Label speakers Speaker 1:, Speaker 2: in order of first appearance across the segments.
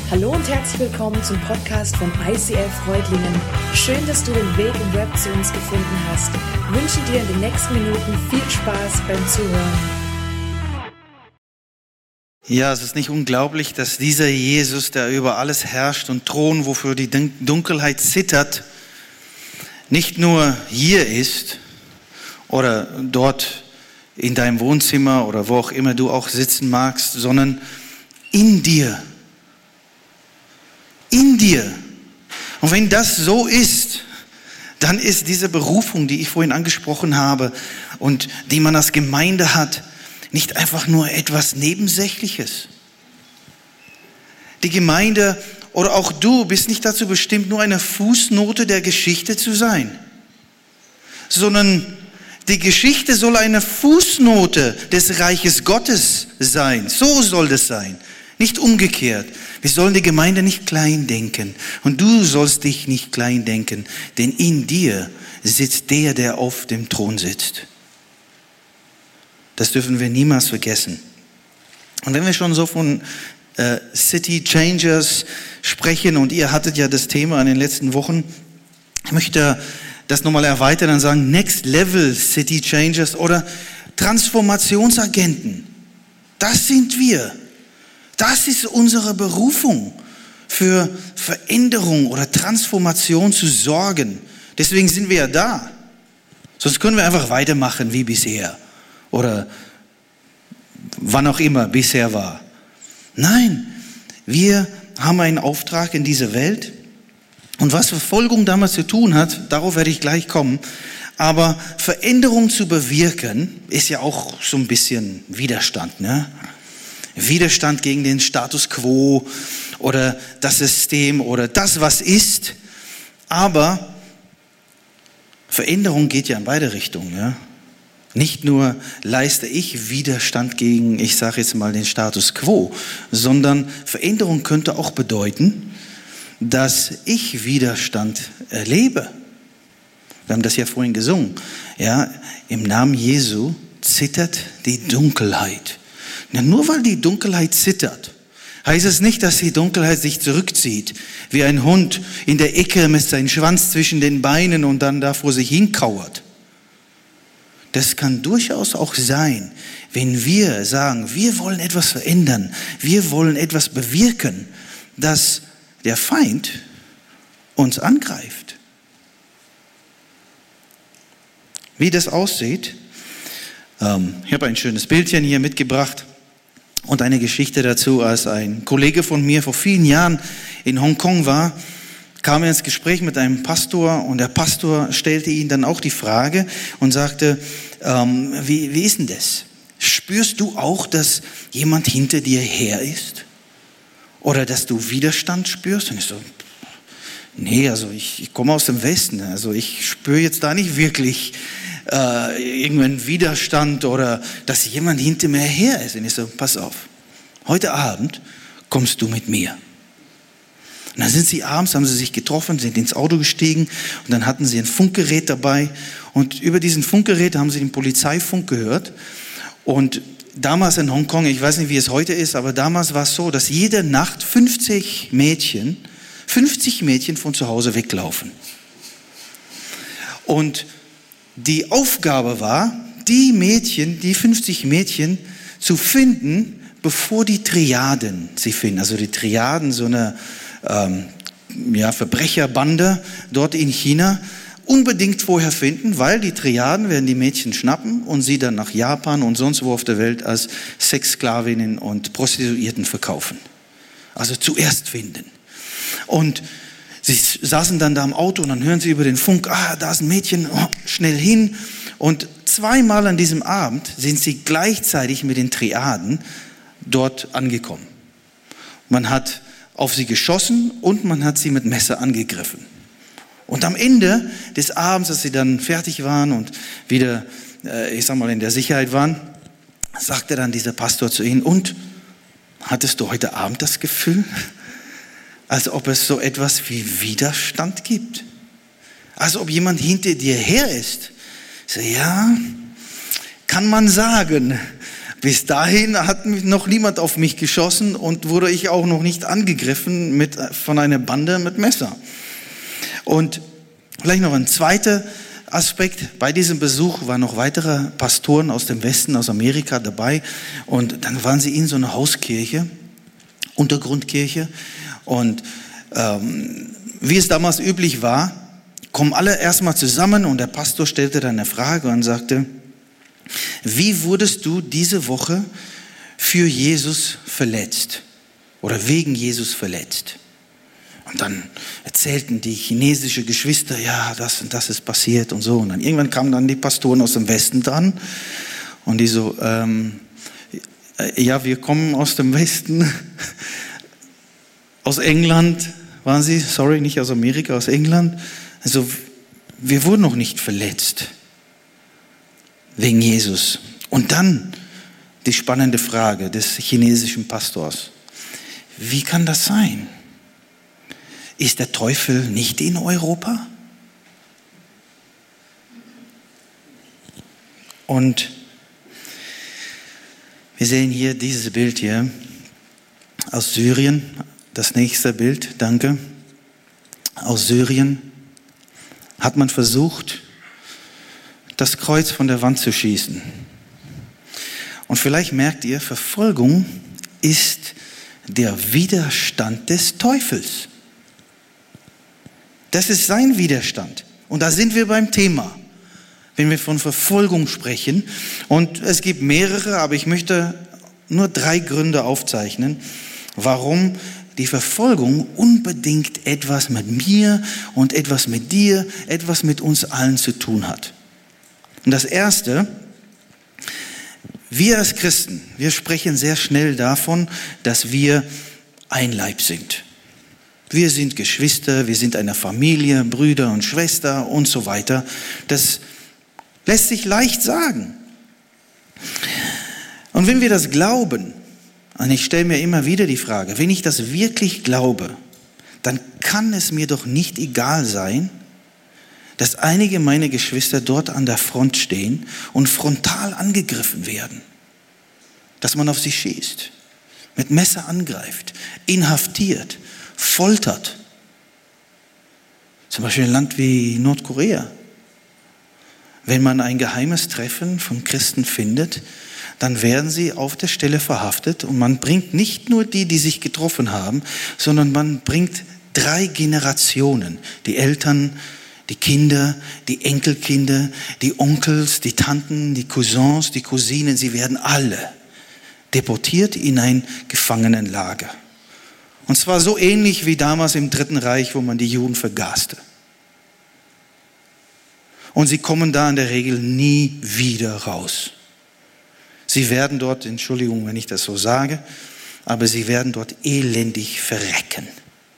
Speaker 1: Hallo und herzlich willkommen zum Podcast von ICF Reutlingen. Schön, dass du den Weg im Web zu uns gefunden hast. Ich wünsche dir in den nächsten Minuten viel Spaß beim Zuhören.
Speaker 2: Ja, es ist nicht unglaublich, dass dieser Jesus, der über alles herrscht und thront, wofür die Dunkelheit zittert, nicht nur hier ist oder dort in deinem Wohnzimmer oder wo auch immer du auch sitzen magst, sondern in dir. In dir. Und wenn das so ist, dann ist diese Berufung, die ich vorhin angesprochen habe und die man als Gemeinde hat, nicht einfach nur etwas Nebensächliches. Die Gemeinde oder auch du bist nicht dazu bestimmt, nur eine Fußnote der Geschichte zu sein, sondern die Geschichte soll eine Fußnote des Reiches Gottes sein. So soll das sein, nicht umgekehrt. Wir sollen die Gemeinde nicht klein denken und du sollst dich nicht klein denken, denn in dir sitzt der auf dem Thron sitzt. Das dürfen wir niemals vergessen. Und wenn wir schon so von City Changers sprechen und ihr hattet ja das Thema in den letzten Wochen, ich möchte das nochmal erweitern und sagen, Next Level City Changers oder Transformationsagenten. Das sind wir. Das ist unsere Berufung, für Veränderung oder Transformation zu sorgen. Deswegen sind wir ja da. Sonst können wir einfach weitermachen wie bisher oder wann auch immer bisher war. Nein, wir haben einen Auftrag in dieser Welt. Und was Verfolgung damals zu tun hat, darauf werde ich gleich kommen. Aber Veränderung zu bewirken, ist ja auch so ein bisschen Widerstand, ne? Widerstand gegen den Status quo oder das System oder das, was ist. Aber Veränderung geht ja in beide Richtungen. Ja? Nicht nur leiste ich Widerstand gegen, ich sage jetzt mal, den Status quo, sondern Veränderung könnte auch bedeuten, dass ich Widerstand erlebe. Wir haben das ja vorhin gesungen. Ja, im Namen Jesu zittert die Dunkelheit. Ja, nur weil die Dunkelheit zittert, heißt es nicht, dass die Dunkelheit sich zurückzieht, wie ein Hund in der Ecke mit seinem Schwanz zwischen den Beinen und dann da vor sich hinkauert. Das kann durchaus auch sein, wenn wir sagen, wir wollen etwas verändern, wir wollen etwas bewirken, dass der Feind uns angreift. Wie das aussieht, ich habe ein schönes Bildchen hier mitgebracht. Und eine Geschichte dazu, als ein Kollege von mir vor vielen Jahren in Hongkong war, kam er ins Gespräch mit einem Pastor und der Pastor stellte ihm dann auch die Frage und sagte, wie ist denn das? Spürst du auch, dass jemand hinter dir her ist? Oder dass du Widerstand spürst? Und ich so, nee, also ich komme aus dem Westen, also ich spüre jetzt da nicht wirklich irgendeinen Widerstand oder dass jemand hinter mir her ist. Und ich so, pass auf, heute Abend kommst du mit mir. Und dann sind sie abends, haben sie sich getroffen, sind ins Auto gestiegen und dann hatten sie ein Funkgerät dabei und über diesen Funkgerät haben sie den Polizeifunk gehört. Und damals in Hongkong, ich weiß nicht, wie es heute ist, aber damals war es so, dass jede Nacht 50 Mädchen von zu Hause weglaufen. Und die Aufgabe war, die 50 Mädchen zu finden, bevor die Triaden sie finden. Also die Triaden, so eine Verbrecherbande dort in China, unbedingt vorher finden, weil die Triaden werden die Mädchen schnappen und sie dann nach Japan und sonst wo auf der Welt als Sexsklavinnen und Prostituierten verkaufen. Also zuerst finden. Und sie saßen dann da im Auto und dann hören sie über den Funk, da ist ein Mädchen, schnell hin. Und zweimal an diesem Abend sind sie gleichzeitig mit den Triaden dort angekommen. Man hat auf sie geschossen und man hat sie mit Messer angegriffen. Und am Ende des Abends, als sie dann fertig waren und wieder, in der Sicherheit waren, sagte dann dieser Pastor zu ihnen, und hattest du heute Abend das Gefühl, als ob es so etwas wie Widerstand gibt? Als ob jemand hinter dir her ist? So, ja, kann man sagen. Bis dahin hat noch niemand auf mich geschossen und wurde ich auch noch nicht angegriffen von einer Bande mit Messer. Und vielleicht noch ein zweiter Aspekt. Bei diesem Besuch waren noch weitere Pastoren aus dem Westen, aus Amerika dabei. Und dann waren sie in so einer Hauskirche, Untergrundkirche. Und wie es damals üblich war, kommen alle erstmal zusammen und der Pastor stellte dann eine Frage und sagte: Wie wurdest du diese Woche für Jesus verletzt oder wegen Jesus verletzt? Und dann erzählten die chinesischen Geschwister, ja, das und das ist passiert und so. Und dann irgendwann kamen dann die Pastoren aus dem Westen dran und die so, ja, wir kommen aus dem Westen, aus England waren sie, sorry, nicht aus Amerika, aus England. Also wir wurden noch nicht verletzt wegen Jesus. Und dann die spannende Frage des chinesischen Pastors: Wie kann das sein? Ist der Teufel nicht in Europa? Und wir sehen hier dieses Bild hier aus Syrien. Das nächste Bild, danke. Aus Syrien hat man versucht, das Kreuz von der Wand zu schießen. Und vielleicht merkt ihr, Verfolgung ist der Widerstand des Teufels. Das ist sein Widerstand. Und da sind wir beim Thema, wenn wir von Verfolgung sprechen. Und es gibt mehrere, aber ich möchte nur 3 Gründe aufzeichnen, warum die Verfolgung unbedingt etwas mit mir und etwas mit dir, etwas mit uns allen zu tun hat. Und das Erste: Wir als Christen, wir sprechen sehr schnell davon, dass wir ein Leib sind. Wir sind Geschwister, wir sind eine Familie, Brüder und Schwester und so weiter. Das lässt sich leicht sagen. Und wenn wir das glauben, und ich stelle mir immer wieder die Frage, wenn ich das wirklich glaube, dann kann es mir doch nicht egal sein, dass einige meiner Geschwister dort an der Front stehen und frontal angegriffen werden. Dass man auf sie schießt, mit Messer angreift, inhaftiert, foltert. Zum Beispiel ein Land wie Nordkorea. Wenn man ein geheimes Treffen von Christen findet, dann werden sie auf der Stelle verhaftet und man bringt nicht nur die sich getroffen haben, sondern man bringt 3 Generationen, die Eltern, die Kinder, die Enkelkinder, die Onkels, die Tanten, die Cousins, die Cousinen, sie werden alle deportiert in ein Gefangenenlager. Und zwar so ähnlich wie damals im Dritten Reich, wo man die Juden vergaste. Und sie kommen da in der Regel nie wieder raus. Sie werden dort, Entschuldigung, wenn ich das so sage, aber sie werden dort elendig verrecken.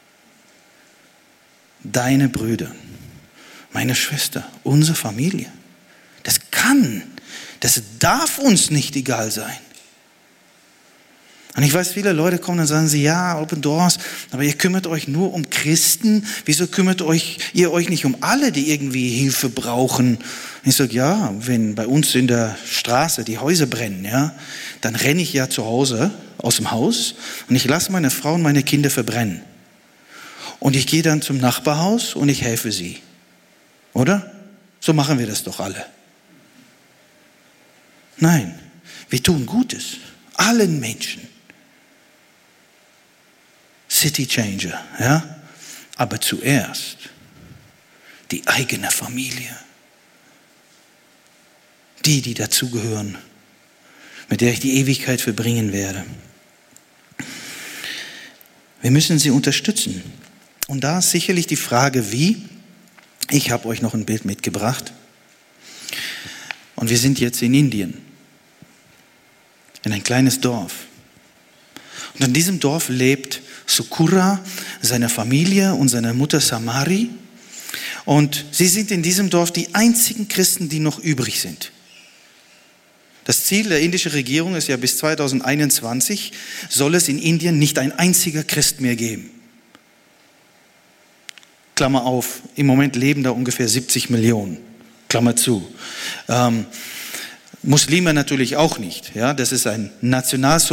Speaker 2: Deine Brüder, meine Schwester, unsere Familie. Das darf uns nicht egal sein. Und ich weiß, viele Leute kommen und sagen sie, ja, Open Doors, aber ihr kümmert euch nur um Christen. Wieso kümmert ihr euch nicht um alle, die irgendwie Hilfe brauchen? Und ich sage, ja, wenn bei uns in der Straße die Häuser brennen, ja, dann renne ich ja zu Hause aus dem Haus und ich lasse meine Frau und meine Kinder verbrennen. Und ich gehe dann zum Nachbarhaus und ich helfe sie. Oder? So machen wir das doch alle. Nein, wir tun Gutes. Allen Menschen. City Changer, ja? Aber zuerst die eigene Familie. Die dazugehören, mit der ich die Ewigkeit verbringen werde. Wir müssen sie unterstützen. Und da ist sicherlich die Frage, wie. Ich habe euch noch ein Bild mitgebracht. Und wir sind jetzt in Indien. In ein kleines Dorf. Und in diesem Dorf lebt Sukura, seine Familie und seine Mutter Samari. Und sie sind in diesem Dorf die einzigen Christen, die noch übrig sind. Das Ziel der indischen Regierung ist ja, bis 2021 soll es in Indien nicht ein einziger Christ mehr geben. Klammer auf, im Moment leben da ungefähr 70 Millionen. Klammer zu. Muslime natürlich auch nicht. Ja, das ist ein Nationalland.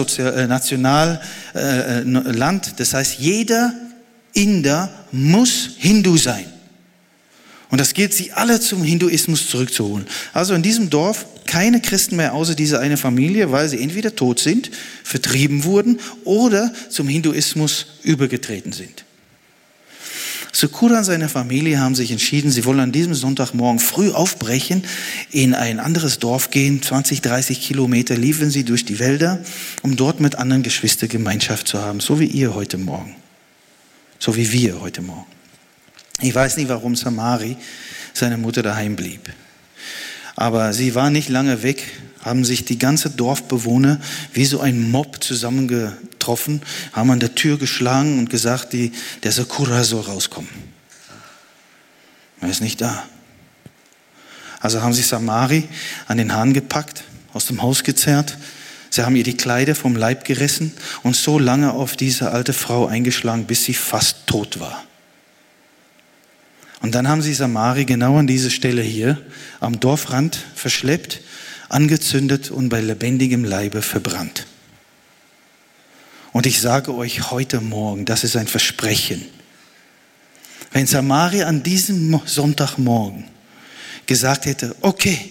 Speaker 2: Das heißt, jeder Inder muss Hindu sein. Und das gilt, sie alle zum Hinduismus zurückzuholen. Also in diesem Dorf keine Christen mehr außer dieser eine Familie, weil sie entweder tot sind, vertrieben wurden oder zum Hinduismus übergetreten sind. Sakura und seine Familie haben sich entschieden, sie wollen an diesem Sonntagmorgen früh aufbrechen, in ein anderes Dorf gehen, 20, 30 Kilometer liefen sie durch die Wälder, um dort mit anderen Geschwistern Gemeinschaft zu haben, so wie ihr heute Morgen, so wie wir heute Morgen. Ich weiß nicht, warum Samari, seine Mutter, daheim blieb. Aber sie war nicht lange weg, haben sich die ganze Dorfbewohner wie so ein Mob zusammengetroffen, haben an der Tür geschlagen und gesagt, der Sakura soll rauskommen. Er ist nicht da. Also haben sie Samari an den Haaren gepackt, aus dem Haus gezerrt. Sie haben ihr die Kleider vom Leib gerissen und so lange auf diese alte Frau eingeschlagen, bis sie fast tot war. Und dann haben sie Samari genau an diese Stelle hier am Dorfrand verschleppt, angezündet und bei lebendigem Leibe verbrannt. Und ich sage euch heute Morgen, das ist ein Versprechen. Wenn Samari an diesem Sonntagmorgen gesagt hätte, okay,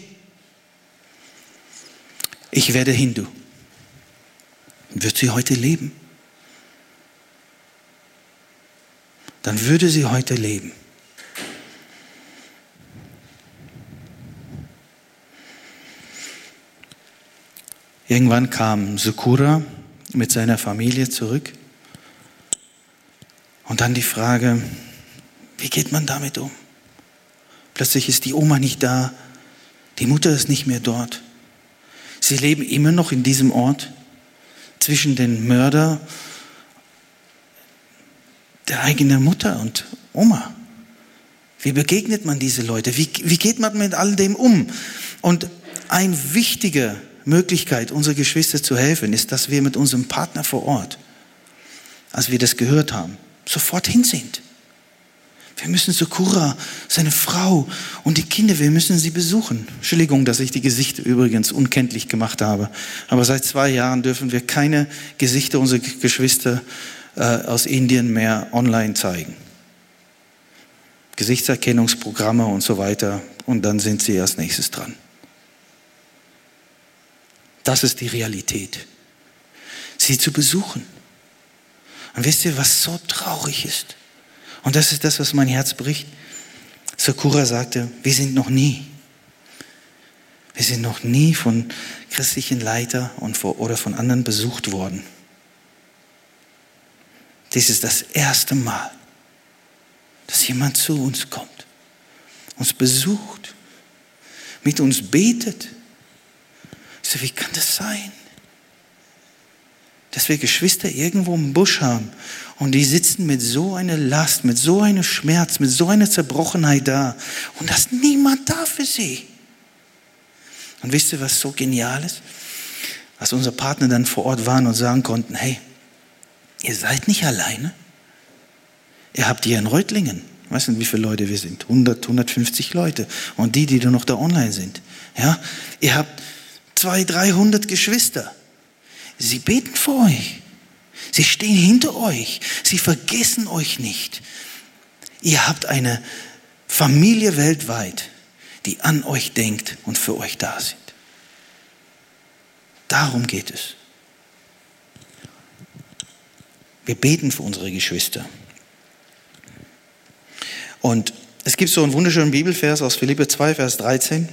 Speaker 2: ich werde Hindu, wird sie heute leben. Dann würde sie heute leben. Irgendwann kam Sakura mit seiner Familie zurück. Und dann die Frage, wie geht man damit um? Plötzlich ist die Oma nicht da, die Mutter ist nicht mehr dort. Sie leben immer noch in diesem Ort zwischen den Mörder der eigenen Mutter und Oma. Wie begegnet man diese Leute? Wie geht man mit all dem um? Und ein wichtiger Möglichkeit, unsere Geschwister zu helfen, ist, dass wir mit unserem Partner vor Ort, als wir das gehört haben, sofort hin sind. Wir müssen Sakura, seine Frau und die Kinder, wir müssen sie besuchen. Entschuldigung, dass ich die Gesichter übrigens unkenntlich gemacht habe. Aber seit 2 Jahren dürfen wir keine Gesichter unserer Geschwister aus Indien mehr online zeigen. Gesichtserkennungsprogramme und so weiter. Und dann sind sie als nächstes dran. Das ist die Realität. Sie zu besuchen. Und wisst ihr, was so traurig ist? Und das ist das, was mein Herz bricht. Sakura sagte, wir sind noch nie von christlichen Leitern oder von anderen besucht worden. Dies ist das erste Mal, dass jemand zu uns kommt, uns besucht, mit uns betet. Ich so, wie kann das sein? Dass wir Geschwister irgendwo im Busch haben und die sitzen mit so einer Last, mit so einem Schmerz, mit so einer Zerbrochenheit da und da ist niemand da für sie. Und wisst ihr, was so genial ist? Als unsere Partner dann vor Ort waren und sagen konnten, hey, ihr seid nicht alleine. Ihr habt hier in Reutlingen, weißt du, wie viele Leute wir sind? 100, 150 Leute. Und die da noch da online sind. Ja? Ihr habt 200, 300 Geschwister. Sie beten für euch. Sie stehen hinter euch. Sie vergessen euch nicht. Ihr habt eine Familie weltweit, die an euch denkt und für euch da sind. Darum geht es. Wir beten für unsere Geschwister. Und es gibt so einen wunderschönen Bibelvers aus Philipper 2, Vers 13.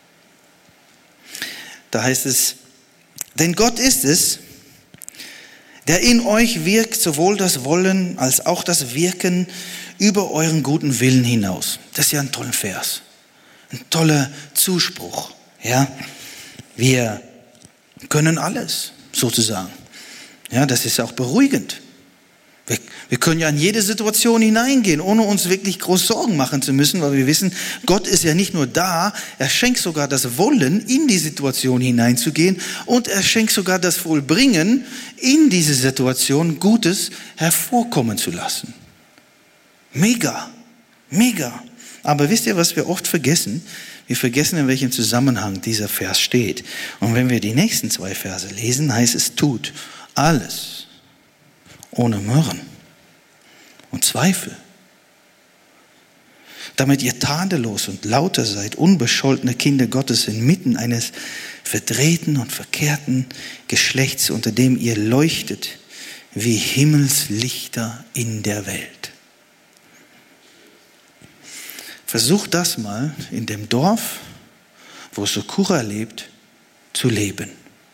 Speaker 2: Da heißt es, denn Gott ist es, der in euch wirkt, sowohl das Wollen als auch das Wirken über euren guten Willen hinaus. Das ist ja ein toller Vers, ein toller Zuspruch. Ja? Wir können alles, sozusagen. Ja, das ist auch beruhigend. Wir können ja in jede Situation hineingehen, ohne uns wirklich groß Sorgen machen zu müssen, weil wir wissen, Gott ist ja nicht nur da, er schenkt sogar das Wollen, in die Situation hineinzugehen und er schenkt sogar das Vollbringen, in diese Situation Gutes hervorkommen zu lassen. Mega, mega. Aber wisst ihr, was wir oft vergessen? wir vergessen, in welchem Zusammenhang dieser Vers steht. Und wenn wir die nächsten 2 Verse lesen, heißt es, tut alles ohne Murren und Zweifel, damit ihr tadellos und lauter seid, unbescholtene Kinder Gottes inmitten eines verdrehten und verkehrten Geschlechts, unter dem ihr leuchtet wie Himmelslichter in der Welt. Versucht das mal in dem Dorf, wo Sokura lebt, zu leben.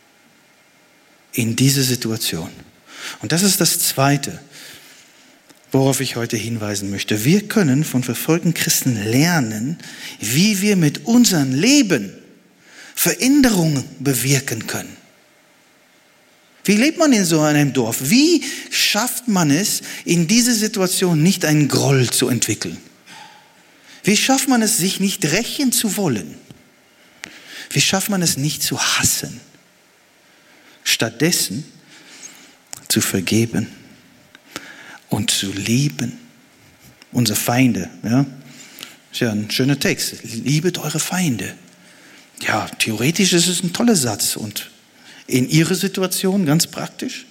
Speaker 2: In dieser Situation. Und das ist das Zweite, worauf ich heute hinweisen möchte. Wir können von verfolgten Christen lernen, wie wir mit unserem Leben Veränderungen bewirken können. Wie lebt man in so einem Dorf? Wie schafft man es, in dieser Situation nicht einen Groll zu entwickeln? Wie schafft man es, sich nicht rächen zu wollen? Wie schafft man es, nicht zu hassen? Stattdessen zu vergeben und zu lieben. Unsere Feinde, ja, ist ja ein schöner Text. Liebet eure Feinde. Ja, theoretisch ist es ein toller Satz und in ihrer Situation ganz praktisch.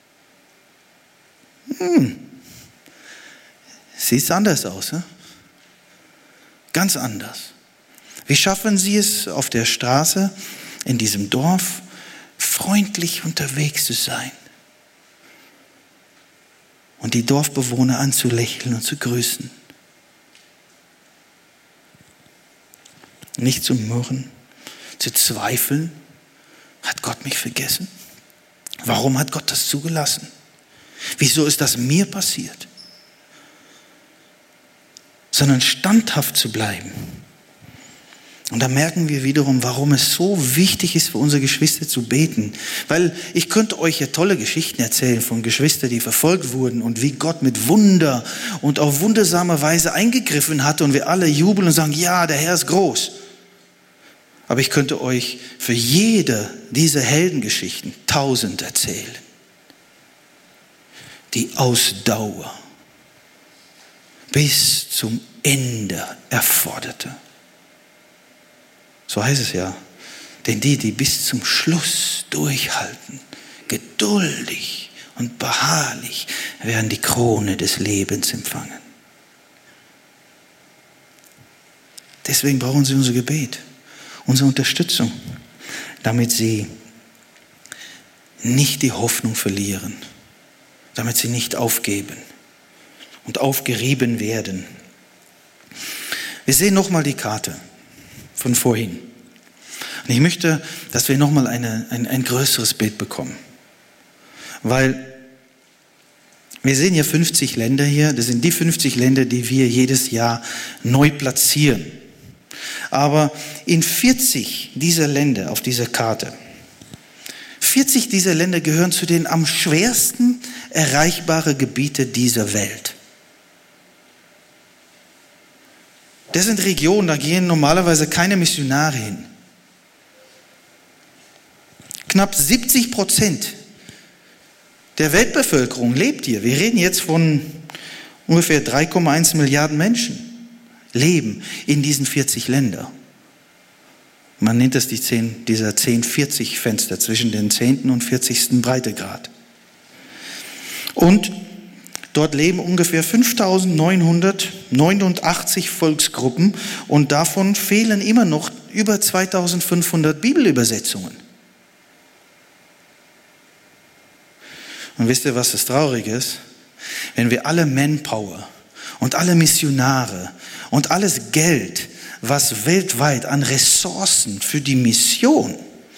Speaker 2: Sieht anders aus, ne? Ganz anders. Wie schaffen Sie es, auf der Straße, in diesem Dorf, freundlich unterwegs zu sein? Und die Dorfbewohner anzulächeln und zu grüßen. Nicht zu murren, zu zweifeln. Hat Gott mich vergessen? Warum hat Gott das zugelassen? Wieso ist das mir passiert? Sondern standhaft zu bleiben. Und da merken wir wiederum, warum es so wichtig ist, für unsere Geschwister zu beten. Weil ich könnte euch ja tolle Geschichten erzählen von Geschwistern, die verfolgt wurden und wie Gott mit Wunder und auf wundersame Weise eingegriffen hat und wir alle jubeln und sagen, ja, der Herr ist groß. Aber ich könnte euch für jede dieser Heldengeschichten 1000 erzählen. Die Ausdauer bis zum Ende erforderte. So heißt es ja. Denn die bis zum Schluss durchhalten, geduldig und beharrlich, werden die Krone des Lebens empfangen. Deswegen brauchen sie unser Gebet, unsere Unterstützung, damit sie nicht die Hoffnung verlieren, damit sie nicht aufgeben und aufgerieben werden. Wir sehen nochmal die Karte von vorhin. Und ich möchte, dass wir nochmal ein größeres Bild bekommen. Weil wir sehen ja 50 Länder hier. Das sind die 50 Länder, die wir jedes Jahr neu platzieren. Aber in 40 dieser Länder auf dieser Karte, 40 dieser Länder gehören zu den am schwersten erreichbaren Gebieten dieser Welt. Das sind Regionen, da gehen normalerweise keine Missionare hin. Knapp 70% der Weltbevölkerung lebt hier. Wir reden jetzt von ungefähr 3,1 Milliarden Menschen, leben in diesen 40 Ländern. Man nennt es dieser 10-40-Fenster zwischen den 10. und 40. Breitegrad. Und dort leben ungefähr 5.989 Volksgruppen und davon fehlen immer noch über 2.500 Bibelübersetzungen. Und wisst ihr, was das Traurige ist? Wenn wir alle Manpower und alle Missionare und alles Geld, was weltweit an Ressourcen für die Mission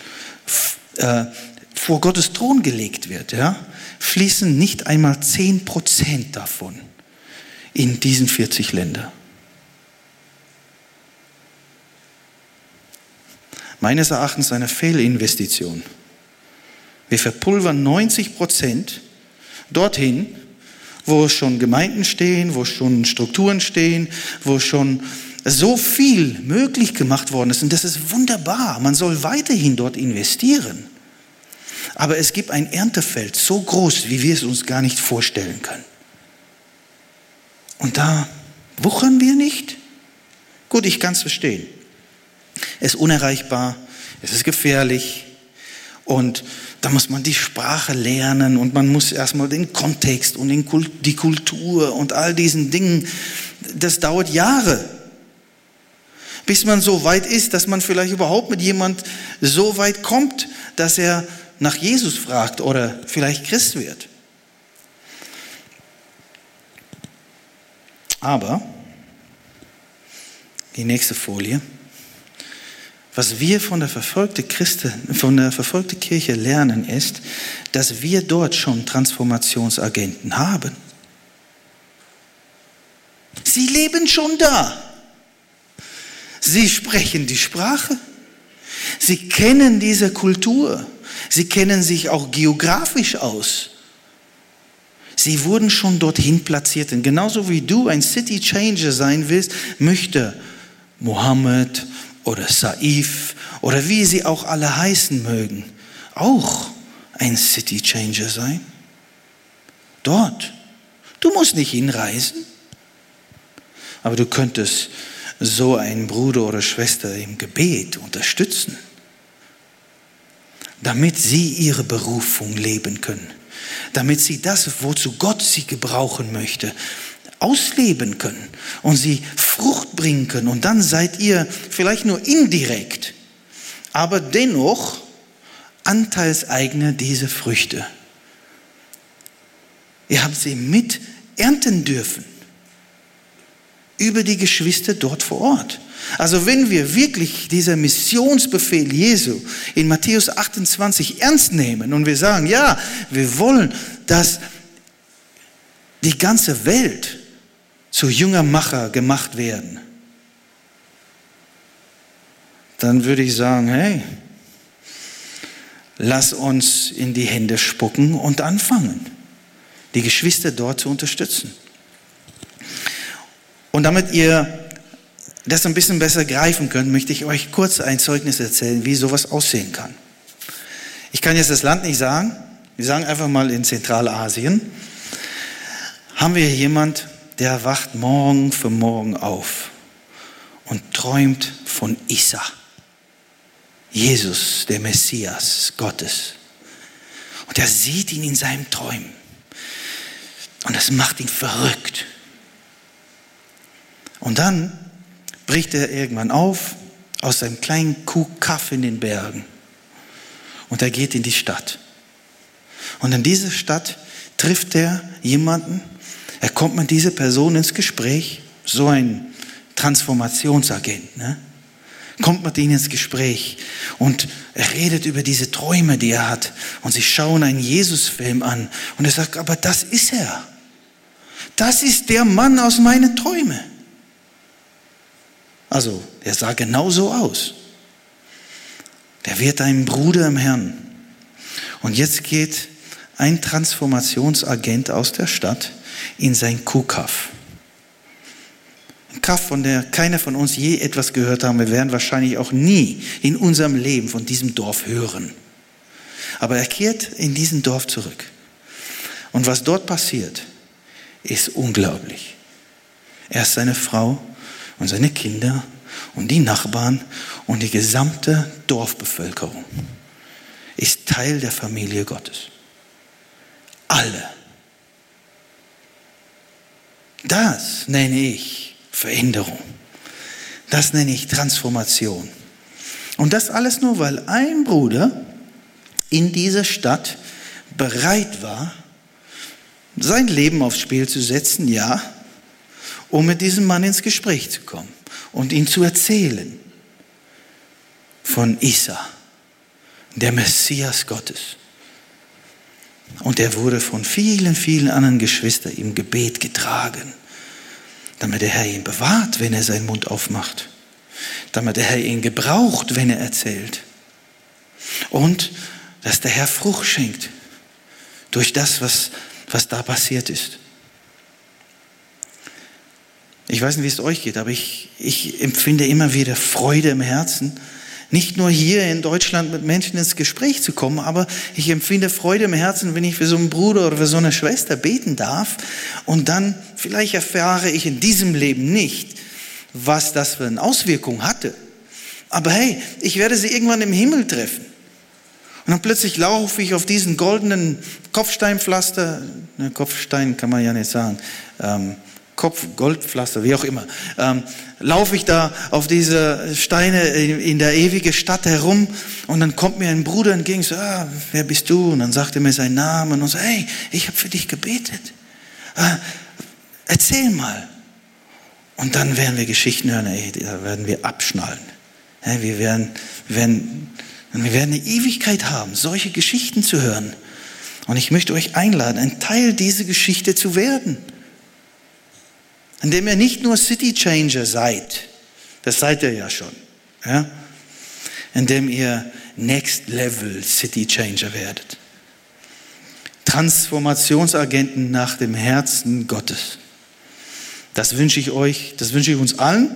Speaker 2: vor Gottes Thron gelegt wird, ja, fließen nicht einmal 10% davon in diesen 40 Länder. Meines Erachtens eine Fehlinvestition. Wir verpulvern 90% dorthin, wo schon Gemeinden stehen, wo schon Strukturen stehen, wo schon so viel möglich gemacht worden ist. Und das ist wunderbar. Man soll weiterhin dort investieren. Aber es gibt ein Erntefeld so groß, wie wir es uns gar nicht vorstellen können. Und da wuchern wir nicht? Gut, ich kann es verstehen. Es ist unerreichbar, es ist gefährlich und da muss man die Sprache lernen und man muss erstmal den Kontext und die Kultur und all diesen Dingen, das dauert Jahre, bis man so weit ist, dass man vielleicht überhaupt mit jemand so weit kommt, dass er nach Jesus fragt oder vielleicht Christ wird. Aber, die nächste Folie, was wir von der verfolgten Kirche lernen, ist, dass wir dort schon Transformationsagenten haben. Sie leben schon da. Sie sprechen die Sprache. Sie kennen diese Kultur. Sie kennen sich auch geografisch aus. Sie wurden schon dorthin platziert. Und genauso wie du ein City Changer sein willst, möchte Mohammed oder Saif oder wie sie auch alle heißen mögen, auch ein City Changer sein. Dort. Du musst nicht hinreisen, aber du könntest so einen Bruder oder Schwester im Gebet unterstützen, damit sie ihre Berufung leben können, damit sie das, wozu Gott sie gebrauchen möchte, ausleben können und sie Frucht bringen können. Und dann seid ihr vielleicht nur indirekt, aber dennoch Anteilseigner dieser Früchte. Ihr habt sie mit ernten dürfen über die Geschwister dort vor Ort. Also wenn wir wirklich dieser Missionsbefehl Jesu in Matthäus 28 ernst nehmen und wir sagen, ja, wir wollen, dass die ganze Welt zu Jüngermacher gemacht werden, dann würde ich sagen, hey, lass uns in die Hände spucken und anfangen, die Geschwister dort zu unterstützen. Und damit ihr das ein bisschen besser greifen könnt, möchte ich euch kurz ein Zeugnis erzählen, wie sowas aussehen kann. Ich kann jetzt das Land nicht sagen, wir sagen einfach mal in Zentralasien, haben wir jemand, der wacht morgen für morgen auf und träumt von Isa, Jesus, der Messias Gottes. Und er sieht ihn in seinem Träumen. Und das macht ihn verrückt. Und dann bricht er irgendwann auf aus seinem kleinen Kuhkaff in den Bergen. Und er geht in die Stadt. Und in dieser Stadt trifft er jemanden. Er kommt mit dieser Person ins Gespräch. So ein Transformationsagent, ne? Kommt mit ihnen ins Gespräch. Und er redet über diese Träume, die er hat. Und sie schauen einen Jesus-Film an. Und er sagt, aber das ist er. Das ist der Mann aus meinen Träumen. Also, er sah genau so aus. Der wird ein Bruder im Herrn. Und jetzt geht ein Transformationsagent aus der Stadt in sein Kuhkaff. Ein Kaff, von der keiner von uns je etwas gehört haben. Wir werden wahrscheinlich auch nie in unserem Leben von diesem Dorf hören. Aber er kehrt in diesen Dorf zurück. Und was dort passiert, ist unglaublich. Erst seine Frau und seine Kinder und die Nachbarn und die gesamte Dorfbevölkerung ist Teil der Familie Gottes. Alle. Das nenne ich Veränderung. Das nenne ich Transformation. Und das alles nur, weil ein Bruder in dieser Stadt bereit war, sein Leben aufs Spiel zu setzen, ja, um mit diesem Mann ins Gespräch zu kommen und ihn zu erzählen von Isa, der Messias Gottes. Und er wurde von vielen, vielen anderen Geschwistern im Gebet getragen, damit der Herr ihn bewahrt, wenn er seinen Mund aufmacht, damit der Herr ihn gebraucht, wenn er erzählt und dass der Herr Frucht schenkt durch das, was da passiert ist. Ich weiß nicht, wie es euch geht, aber ich empfinde immer wieder Freude im Herzen, nicht nur hier in Deutschland mit Menschen ins Gespräch zu kommen, aber ich empfinde Freude im Herzen, wenn ich für so einen Bruder oder für so eine Schwester beten darf und dann vielleicht erfahre ich in diesem Leben nicht, was das für eine Auswirkung hatte. Aber hey, ich werde sie irgendwann im Himmel treffen. Und dann plötzlich laufe ich auf diesen goldenen Kopfsteinpflaster, Kopfstein kann man ja nicht sagen, Goldpflaster, wie auch immer, laufe ich da auf diese Steine in der ewigen Stadt herum und dann kommt mir ein Bruder entgegen, so, wer bist du? Und dann sagt er mir seinen Namen und so, hey, ich habe für dich gebetet. Erzähl mal. Und dann werden wir Geschichten hören, da werden wir abschnallen. Wir werden eine Ewigkeit haben, solche Geschichten zu hören. Und ich möchte euch einladen, ein Teil dieser Geschichte zu werden. Indem ihr nicht nur City Changer seid, das seid ihr ja schon, ja? Indem ihr Next Level City Changer werdet. Transformationsagenten nach dem Herzen Gottes. Das wünsche ich euch, das wünsche ich uns allen.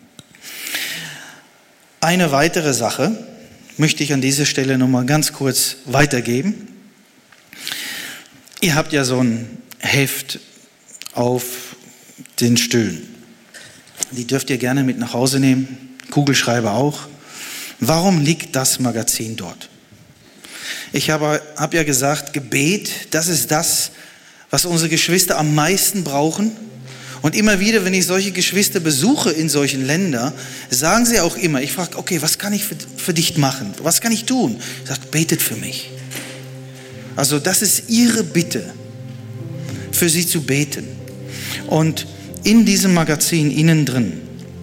Speaker 2: Eine weitere Sache möchte ich an dieser Stelle nochmal ganz kurz weitergeben. Ihr habt ja so ein Heft auf den Stühlen. Die dürft ihr gerne mit nach Hause nehmen, Kugelschreiber auch. Warum liegt das Magazin dort? Ich habe ja gesagt, Gebet, das ist das, was unsere Geschwister am meisten brauchen. Und immer wieder, wenn ich solche Geschwister besuche in solchen Ländern, sagen sie auch immer, ich frage, okay, was kann ich für dich machen? Was kann ich tun? Ich sage, betet für mich. Also das ist ihre Bitte, für sie zu beten. Und in diesem Magazin innen drin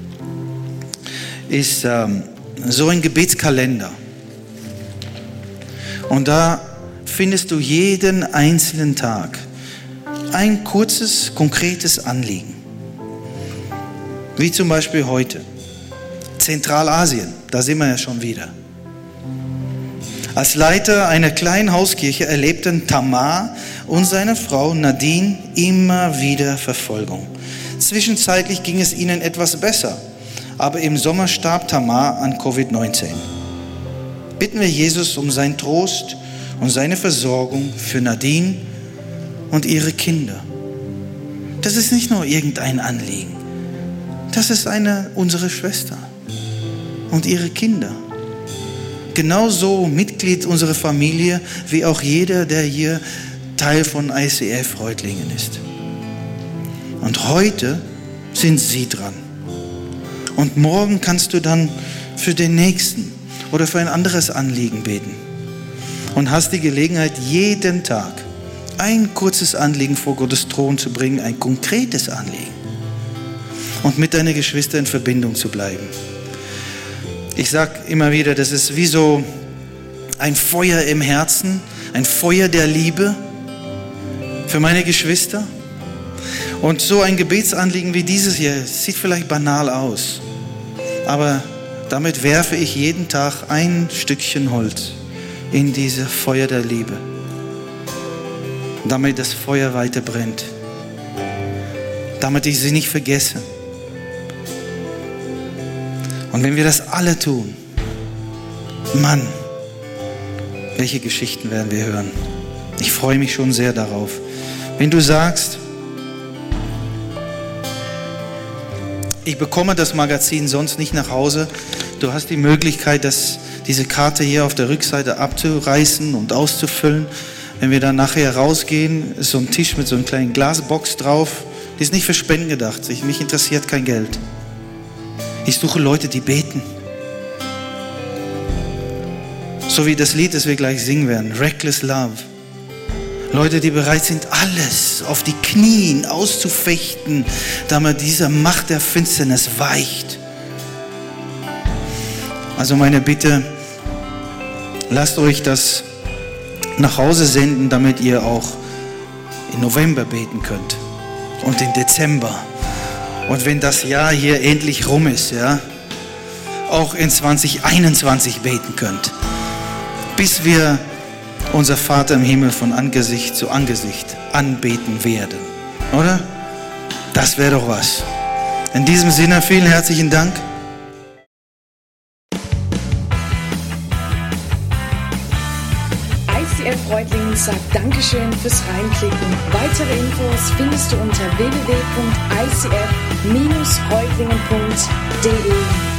Speaker 2: ist so ein Gebetskalender. Und da findest du jeden einzelnen Tag ein kurzes, konkretes Anliegen. Wie zum Beispiel heute. Zentralasien, da sind wir ja schon wieder. Als Leiter einer kleinen Hauskirche erlebten Tamar und seine Frau Nadine immer wieder Verfolgung. Zwischenzeitlich ging es ihnen etwas besser, aber im Sommer starb Tamar an Covid-19. Bitten wir Jesus um seinen Trost und seine Versorgung für Nadine und ihre Kinder. Das ist nicht nur irgendein Anliegen. Das ist unsere Schwester und ihre Kinder. Genauso Mitglied unserer Familie wie auch jeder, der hier Teil von ICF Reutlingen ist. Und heute sind sie dran. Und morgen kannst du dann für den Nächsten oder für ein anderes Anliegen beten. Und hast die Gelegenheit, jeden Tag ein kurzes Anliegen vor Gottes Thron zu bringen, ein konkretes Anliegen. Und mit deinen Geschwistern in Verbindung zu bleiben. Ich sage immer wieder, das ist wie so ein Feuer im Herzen, ein Feuer der Liebe für meine Geschwister. Und so ein Gebetsanliegen wie dieses hier, sieht vielleicht banal aus, aber damit werfe ich jeden Tag ein Stückchen Holz in diese Feuer der Liebe, damit das Feuer weiter brennt, damit ich sie nicht vergesse. Und wenn wir das alle tun, Mann, welche Geschichten werden wir hören? Ich freue mich schon sehr darauf. Wenn du sagst, ich bekomme das Magazin sonst nicht nach Hause, du hast die Möglichkeit, diese Karte hier auf der Rückseite abzureißen und auszufüllen. Wenn wir dann nachher rausgehen, ist so ein Tisch mit so einer kleinen Glasbox drauf. Die ist nicht für Spenden gedacht. Mich interessiert kein Geld. Ich suche Leute, die beten. So wie das Lied, das wir gleich singen werden, Reckless Love. Leute, die bereit sind, alles auf die Knien auszufechten, damit dieser Macht der Finsternis weicht. Also meine Bitte, lasst euch das nach Hause senden, damit ihr auch im November beten könnt und im Dezember. Und wenn das Jahr hier endlich rum ist, ja, auch in 2021 beten könnt, bis wir unser Vater im Himmel von Angesicht zu Angesicht anbeten werden. Oder? Das wäre doch was. In diesem Sinne, vielen herzlichen Dank.
Speaker 1: ICF Reutlingen sagt Dankeschön fürs Reinklicken. Weitere Infos findest du unter www.icf-reutlingen.de.